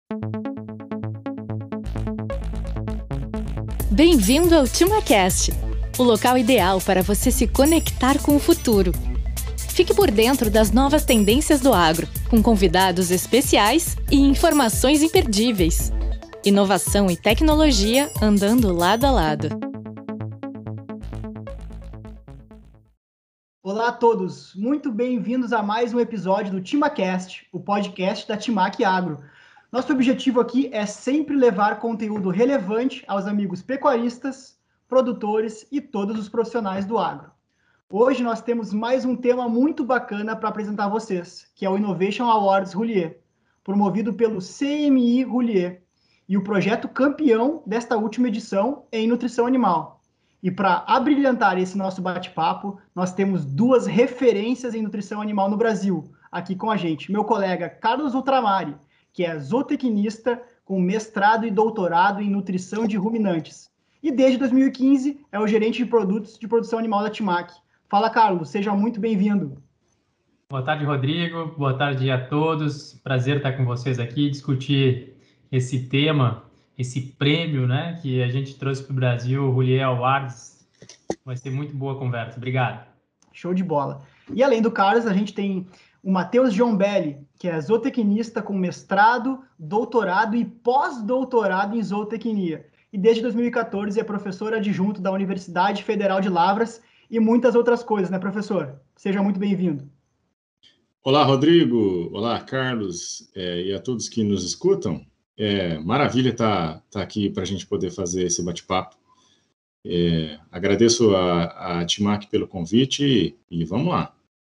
Bem-vindo ao TimaCast, o local ideal para você se conectar com o futuro. Fique por dentro das novas tendências do agro, com convidados especiais e informações imperdíveis. Inovação e tecnologia andando lado a lado. Olá a todos, muito bem-vindos a mais um episódio do TimaCast, o podcast da Timac Agro. Nosso objetivo aqui é sempre levar conteúdo relevante aos amigos pecuaristas, produtores e todos os profissionais do agro. Hoje nós temos mais um tema muito bacana para apresentar a vocês, que é o Innovation Awards Roulier, promovido pelo CMI Roulier, e o projeto campeão desta última edição é em nutrição animal. E para abrilhantar esse nosso bate-papo, nós temos duas referências em nutrição animal no Brasil, aqui com a gente. Meu colega Carlos Ultramari, que é zootecnista com mestrado e doutorado em nutrição de ruminantes. E desde 2015 é o gerente de produtos de produção animal da Timac. Fala, Carlos, seja muito bem-vindo. Boa tarde, Rodrigo. Boa tarde a todos. Prazer estar com vocês aqui, discutir esse tema, esse prêmio, né, que a gente trouxe para o Brasil, o Roulier Awards. Vai ser muito boa a conversa. Obrigado. Show de bola. E além do Carlos, a gente tem o Matheus Giombelli, que é zootecnista com mestrado, doutorado e pós-doutorado em zootecnia. E desde 2014 é professor adjunto da Universidade Federal de Lavras e muitas outras coisas, né, professor? Seja muito bem-vindo. Olá, Rodrigo. Olá, Carlos, e a todos que nos escutam. Maravilha estar aqui para a gente poder fazer esse bate-papo. Agradeço a Timac pelo convite e vamos lá.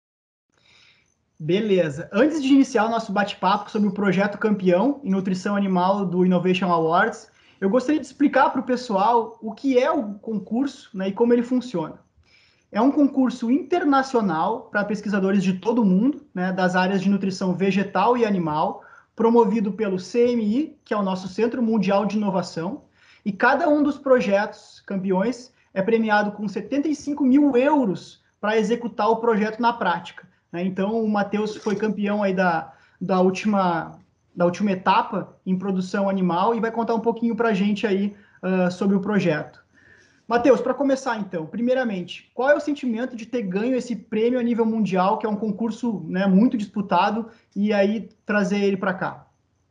Beleza. Antes de iniciar o nosso bate-papo sobre o projeto campeão em nutrição animal do Innovation Awards, eu gostaria de explicar para o pessoal o que é o concurso, né, e como ele funciona. É um concurso internacional para pesquisadores de todo o mundo, né, das áreas de nutrição vegetal e animal, promovido pelo CMI, que é o nosso Centro Mundial de Inovação, e cada um dos projetos campeões é premiado com 75 mil euros para executar o projeto na prática. Né? Então, o Matheus foi campeão aí da última etapa em produção animal e vai contar um pouquinho para a gente aí sobre o projeto. Matheus, para começar então, primeiramente, qual é o sentimento de ter ganho esse prêmio a nível mundial, que é um concurso, né, muito disputado, e aí trazer ele para cá?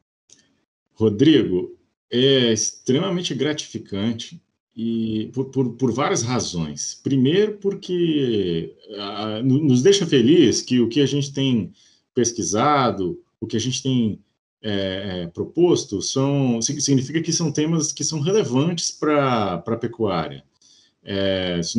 Rodrigo, é extremamente gratificante e por várias razões. Primeiro, porque nos deixa feliz que o que a gente tem pesquisado, o que a gente tem proposto, significa que são temas que são relevantes para a pecuária. Se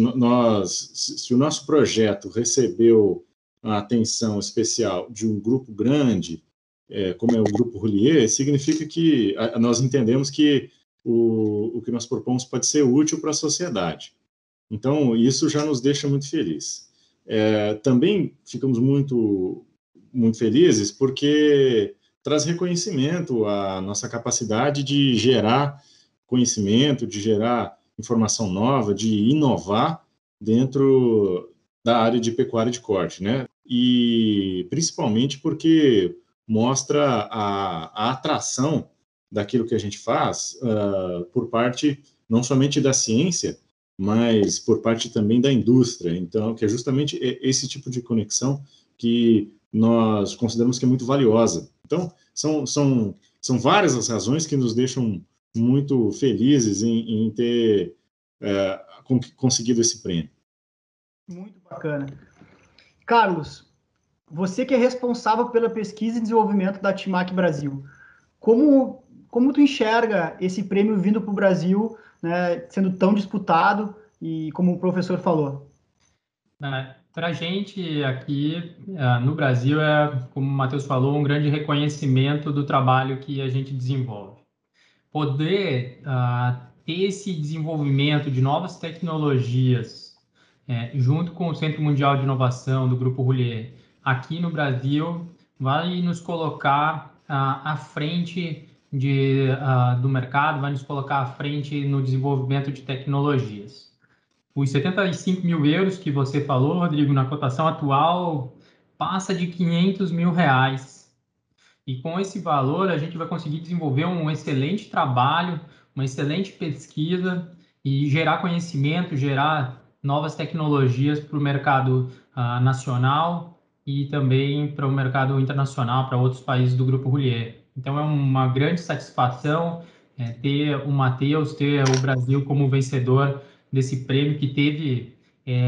o nosso projeto recebeu a atenção especial de um grupo grande, como é o Grupo Roulier, significa que nós entendemos que o que nós propomos pode ser útil para a sociedade. Então, isso já nos deixa muito felizes. Também ficamos muito, muito felizes porque traz reconhecimento à nossa capacidade de gerar conhecimento, de gerar informação nova, de inovar dentro da área de pecuária de corte, né? E principalmente porque mostra a atração daquilo que a gente faz por parte não somente da ciência, mas por parte também da indústria. Então, que é justamente esse tipo de conexão que nós consideramos que é muito valiosa. Então, são várias as razões que nos deixam muito felizes em ter conseguido esse prêmio. Muito bacana. Carlos, você que é responsável pela pesquisa e desenvolvimento da Timac Brasil, como tu enxerga esse prêmio vindo para o Brasil, né, sendo tão disputado e como o professor falou? Para a gente aqui no Brasil como o Matheus falou, um grande reconhecimento do trabalho que a gente desenvolve. Poder ter esse desenvolvimento de novas tecnologias junto com o Centro Mundial de Inovação do Grupo Roulier aqui no Brasil vai nos colocar à frente do mercado, vai nos colocar à frente no desenvolvimento de tecnologias. Os 75 mil euros que você falou, Rodrigo, na cotação atual, passa de 500 mil reais. E com esse valor, a gente vai conseguir desenvolver um excelente trabalho, uma excelente pesquisa e gerar conhecimento, gerar novas tecnologias para o mercado nacional e também para o mercado internacional, para outros países do Grupo Roulier. Então, é uma grande satisfação ter o Matheus, ter o Brasil como vencedor desse prêmio que teve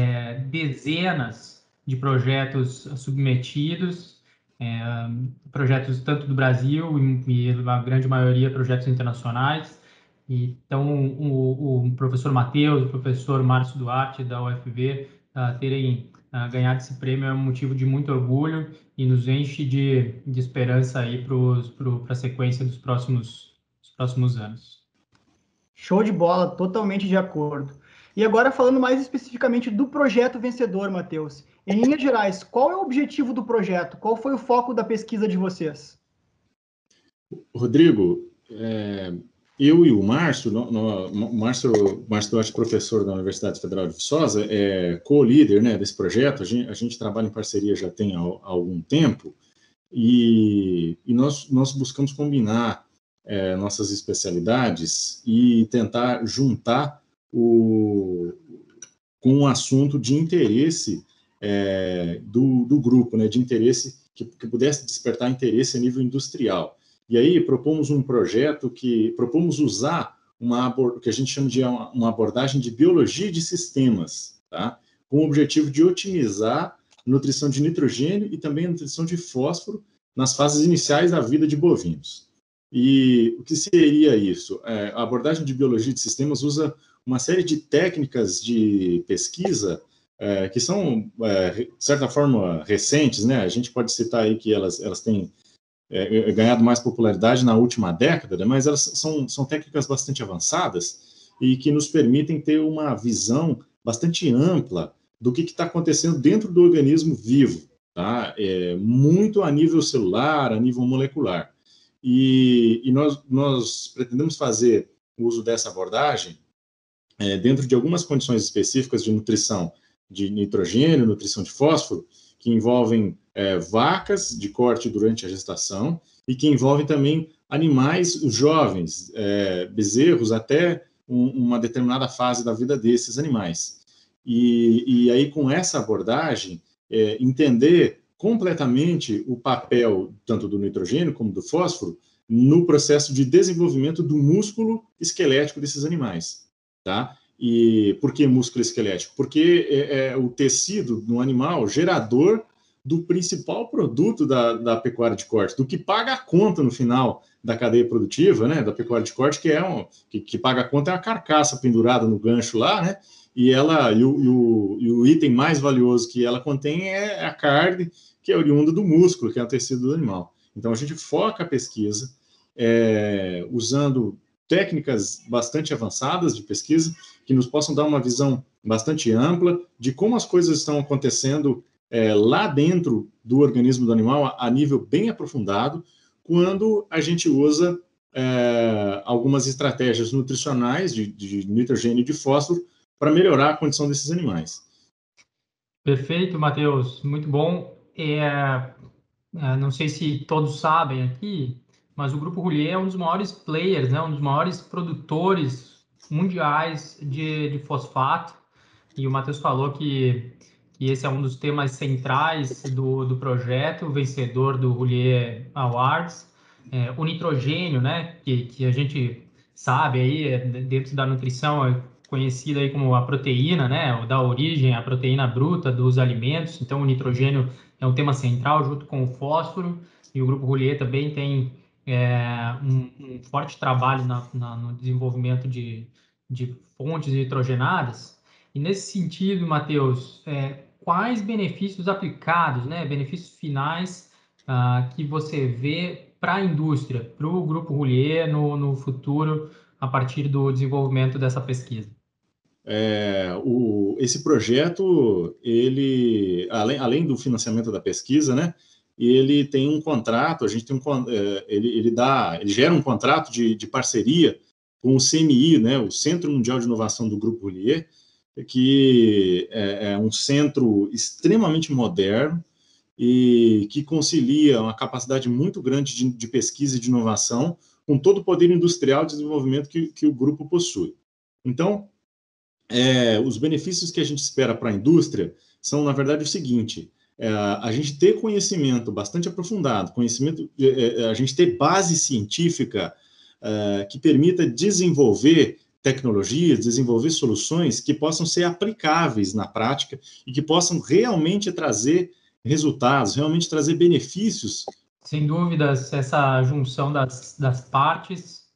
dezenas de projetos submetidos, projetos tanto do Brasil e a grande maioria projetos internacionais. Então, o professor Matheus, o professor Márcio Duarte da UFV terem ganhado esse prêmio é um motivo de muito orgulho e nos enche de esperança aí para a sequência dos próximos anos. Show de bola, totalmente de acordo. E agora falando mais especificamente do projeto vencedor, Matheus. Em linhas gerais, qual é o objetivo do projeto? Qual foi o foco da pesquisa de vocês? Rodrigo, eu e o Márcio, Márcio Duarte, professor da Universidade Federal de Viçosa, é co-líder, né, desse projeto. A gente trabalha em parceria já tem há algum tempo e nós buscamos combinar nossas especialidades e tentar juntar com um assunto de interesse do grupo, né, de interesse que pudesse despertar interesse a nível industrial. E aí propomos um projeto propomos usar o que a gente chama de uma abordagem de biologia de sistemas, tá? Com o objetivo de otimizar a nutrição de nitrogênio e também a nutrição de fósforo nas fases iniciais da vida de bovinos. E o que seria isso? A abordagem de biologia de sistemas usa uma série de técnicas de pesquisa que são, de certa forma, recentes, né? A gente pode citar aí que elas têm ganhado mais popularidade na última década, né? Mas elas são técnicas bastante avançadas e que nos permitem ter uma visão bastante ampla do que está acontecendo dentro do organismo vivo, tá? Muito a nível celular, a nível molecular. E nós pretendemos fazer o uso dessa abordagem dentro de algumas condições específicas de nutrição de nitrogênio, nutrição de fósforo, que envolvem vacas de corte durante a gestação e que envolvem também animais jovens, bezerros, até uma determinada fase da vida desses animais. E aí, com essa abordagem, entender completamente o papel tanto do nitrogênio como do fósforo no processo de desenvolvimento do músculo esquelético desses animais, tá? E por que músculo esquelético? Porque é o tecido no animal gerador do principal produto da pecuária de corte, do que paga a conta no final da cadeia produtiva, né, da pecuária de corte, que paga a conta é a carcaça pendurada no gancho lá, né, e o item mais valioso que ela contém é a carne, que é oriunda do músculo, que é o tecido do animal. Então, a gente foca a pesquisa usando técnicas bastante avançadas de pesquisa, que nos possam dar uma visão bastante ampla de como as coisas estão acontecendo lá dentro do organismo do animal, a nível bem aprofundado, quando a gente usa algumas estratégias nutricionais de nitrogênio e de fósforo para melhorar a condição desses animais. Perfeito, Matheus. Muito bom. Não sei se todos sabem aqui, mas o Grupo Roulier é um dos maiores players, né, um dos maiores produtores mundiais de fosfato. E o Matheus falou que esse é um dos temas centrais do projeto, o vencedor do Roulier Awards. O nitrogênio, né, que a gente sabe aí, dentro da nutrição, é conhecida aí como a proteína, né, da origem, a proteína bruta dos alimentos. Então, o nitrogênio é um tema central junto com o fósforo, e o Grupo Roulier também tem um forte trabalho no desenvolvimento de fontes nitrogenadas. E nesse sentido, Matheus, quais benefícios aplicados, né, benefícios finais que você vê para a indústria, para o Grupo Roulier no futuro, a partir do desenvolvimento dessa pesquisa? Esse projeto, ele, além do financiamento da pesquisa, né, ele tem um contrato, a gente tem ele gera um contrato de parceria com o CMI, né, o Centro Mundial de Inovação do Grupo Roulier, que é um centro extremamente moderno, e que concilia uma capacidade muito grande de pesquisa e de inovação com todo o poder industrial de desenvolvimento que o grupo possui. Então, os benefícios que a gente espera para a indústria são, na verdade, o seguinte: a gente ter conhecimento bastante aprofundado, a gente ter base científica que permita desenvolver tecnologias, desenvolver soluções que possam ser aplicáveis na prática e que possam realmente trazer resultados, realmente trazer benefícios. Sem dúvidas, essa junção das partes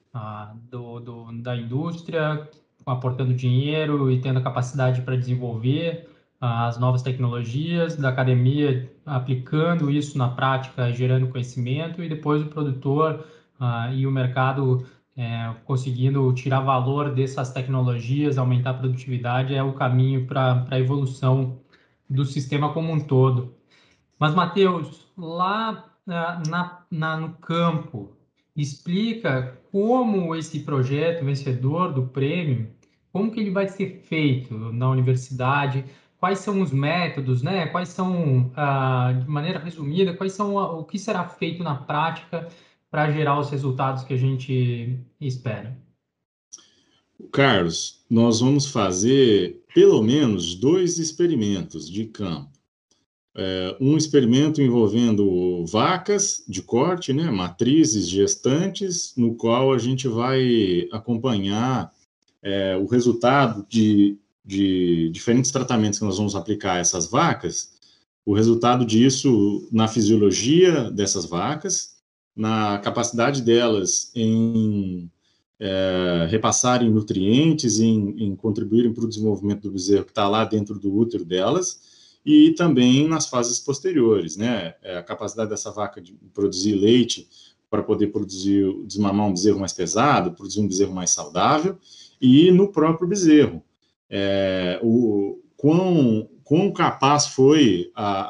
da indústria, aportando dinheiro e tendo a capacidade para desenvolver as novas tecnologias, da academia aplicando isso na prática, gerando conhecimento, e depois o produtor e o mercado conseguindo tirar valor dessas tecnologias, aumentar a produtividade, é o caminho para a evolução do sistema como um todo. Mas, Matheus, lá no campo, explica como esse projeto vencedor do prêmio, como que ele vai ser feito na universidade, quais são os métodos, né? Quais são, de maneira resumida, o que será feito na prática para gerar os resultados que a gente espera. Carlos, nós vamos fazer pelo menos 2 experimentos de campo. Um experimento envolvendo vacas de corte, né, matrizes gestantes, no qual a gente vai acompanhar o resultado de diferentes tratamentos que nós vamos aplicar a essas vacas, o resultado disso na fisiologia dessas vacas, na capacidade delas em repassarem nutrientes, em contribuírem para o desenvolvimento do bezerro que está lá dentro do útero delas, e também nas fases posteriores, né? A capacidade dessa vaca de produzir leite para poder desmamar um bezerro mais pesado, produzir um bezerro mais saudável, e no próprio bezerro. O quão capaz foi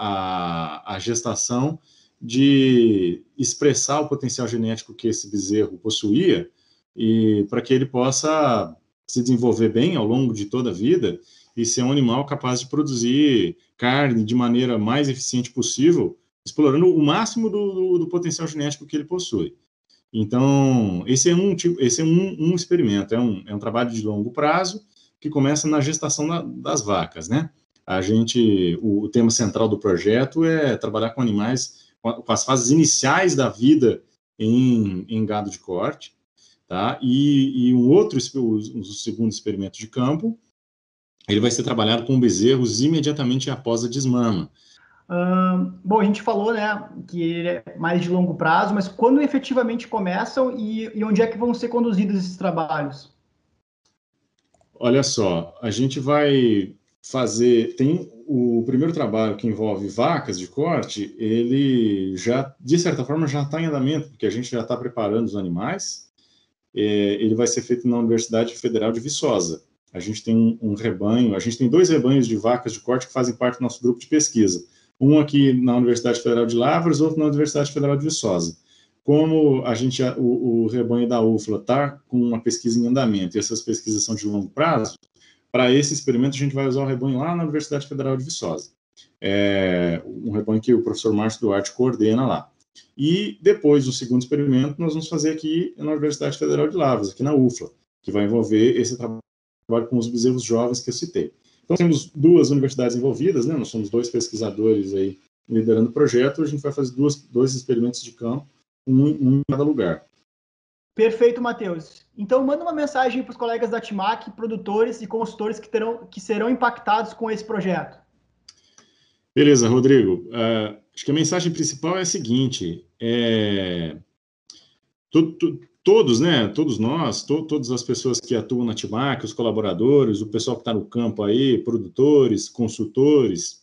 a gestação de expressar o potencial genético que esse bezerro possuía, e para que ele possa se desenvolver bem ao longo de toda a vida e ser um animal capaz de produzir carne de maneira mais eficiente possível, explorando o máximo do potencial genético que ele possui. Então, esse é um experimento, é um trabalho de longo prazo que começa na gestação das vacas, né? O tema central do projeto é trabalhar com animais, com as fases iniciais da vida em gado de corte, tá? E o segundo experimento de campo, ele vai ser trabalhado com bezerros imediatamente após a desmama. Bom, a gente falou, né, que ele é mais de longo prazo, mas quando efetivamente começam e onde é que vão ser conduzidos esses trabalhos? Olha só, a gente vai tem o primeiro trabalho que envolve vacas de corte, ele já, de certa forma, já está em andamento, porque a gente já está preparando os animais. Ele vai ser feito na Universidade Federal de Viçosa. A gente tem a gente tem 2 rebanhos de vacas de corte que fazem parte do nosso grupo de pesquisa. Um aqui na Universidade Federal de Lavras, outro na Universidade Federal de Viçosa. Como o rebanho da UFLA está com uma pesquisa em andamento e essas pesquisas são de longo prazo, para esse experimento a gente vai usar o rebanho lá na Universidade Federal de Viçosa. Um rebanho que o professor Márcio Duarte coordena lá. E depois, o segundo experimento, nós vamos fazer aqui na Universidade Federal de Lavras, aqui na UFLA, que vai envolver esse trabalho com os bezerros jovens que eu citei. Então, temos 2 universidades envolvidas, né? Nós somos 2 pesquisadores aí liderando o projeto, a gente vai fazer 2 experimentos de campo, um em cada lugar. Perfeito, Matheus. Então, manda uma mensagem para os colegas da TIMAC, produtores e consultores que serão impactados com esse projeto. Beleza, Rodrigo. Acho que a mensagem principal é a seguinte: todos, né? Todos nós, todas as pessoas que atuam na TIMAC, os colaboradores, o pessoal que está no campo aí, produtores, consultores,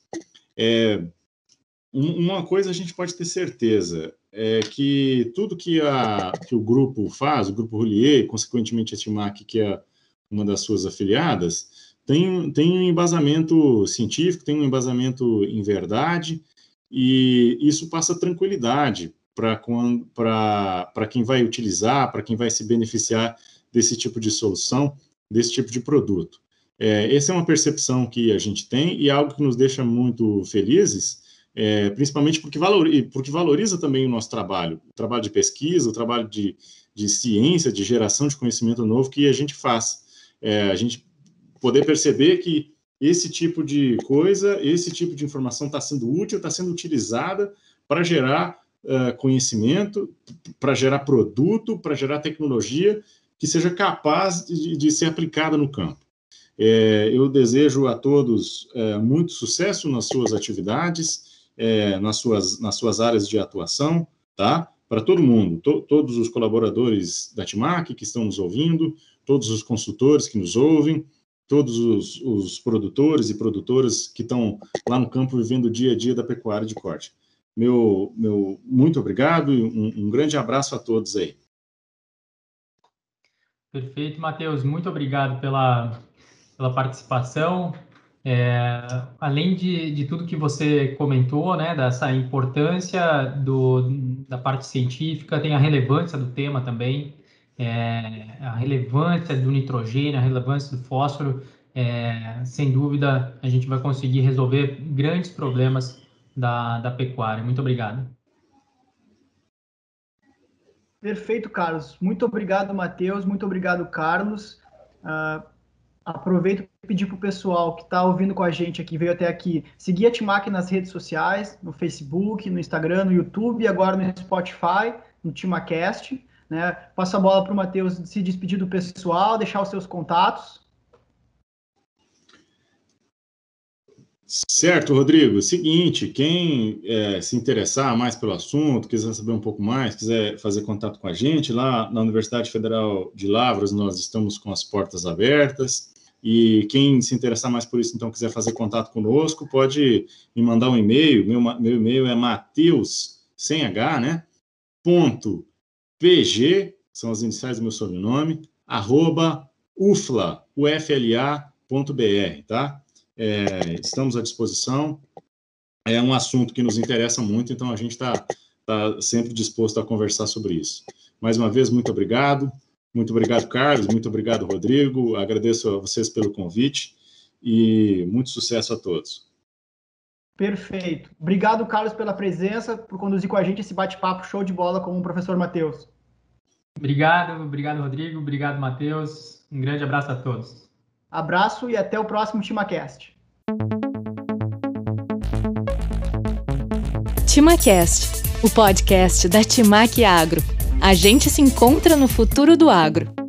uma coisa a gente pode ter certeza, é que tudo que o grupo faz, o Grupo Roulier, consequentemente a TIMAC, que é uma das suas afiliadas, tem um embasamento científico, tem um embasamento em verdade, e isso passa tranquilidade para quem vai utilizar, para quem vai se beneficiar desse tipo de solução, desse tipo de produto. Essa é uma percepção que a gente tem e algo que nos deixa muito felizes, principalmente porque valoriza também o nosso trabalho, o trabalho de pesquisa, o trabalho de ciência, de geração de conhecimento novo que a gente faz. A gente poder perceber que esse tipo de coisa, esse tipo de informação está sendo útil, está sendo utilizada para gerar conhecimento, para gerar produto, para gerar tecnologia que seja capaz de ser aplicada no campo. Eu desejo a todos muito sucesso nas suas atividades, nas suas áreas de atuação, tá? Para todo mundo, todos os colaboradores da TIMAC que estão nos ouvindo, todos os consultores que nos ouvem, todos os produtores e produtoras que estão lá no campo vivendo o dia a dia da pecuária de corte. Meu muito obrigado e um grande abraço a todos aí. Perfeito, Matheus. Muito obrigado pela participação. Além de tudo que você comentou, né, dessa importância da parte científica, tem a relevância do tema também, a relevância do nitrogênio, a relevância do fósforo. Sem dúvida, a gente vai conseguir resolver grandes problemas da pecuária. Muito obrigado. Perfeito, Carlos. Muito obrigado, Matheus. Muito obrigado, Carlos. Aproveito para pedir para o pessoal que está ouvindo com a gente aqui, veio até aqui, seguir a TIMAC nas redes sociais, no Facebook, no Instagram, no YouTube, agora no Spotify, no TIMACast. Né? Passo a bola para o Matheus se despedir do pessoal, deixar os seus contatos. Certo, Rodrigo. Seguinte, quem se interessar mais pelo assunto, quiser saber um pouco mais, quiser fazer contato com a gente, lá na Universidade Federal de Lavras, nós estamos com as portas abertas. E quem se interessar mais por isso, então, quiser fazer contato conosco, pode me mandar um e-mail. Meu e-mail é Mateus, sem H, né? .pg, são as iniciais do meu sobrenome, @ufla.br, tá? Estamos à disposição. É um assunto que nos interessa muito, então a gente está sempre disposto a conversar sobre isso. Mais uma vez, muito obrigado. Muito obrigado, Carlos. Muito obrigado, Rodrigo. Agradeço a vocês pelo convite e muito sucesso a todos. Perfeito. Obrigado, Carlos, pela presença, por conduzir com a gente esse bate-papo show de bola com o professor Matheus. Obrigado, Rodrigo. Obrigado, Matheus. Um grande abraço a todos. Abraço e até o próximo TIMACast. TIMACast, o podcast da TIMAC Agro. A gente se encontra no futuro do agro.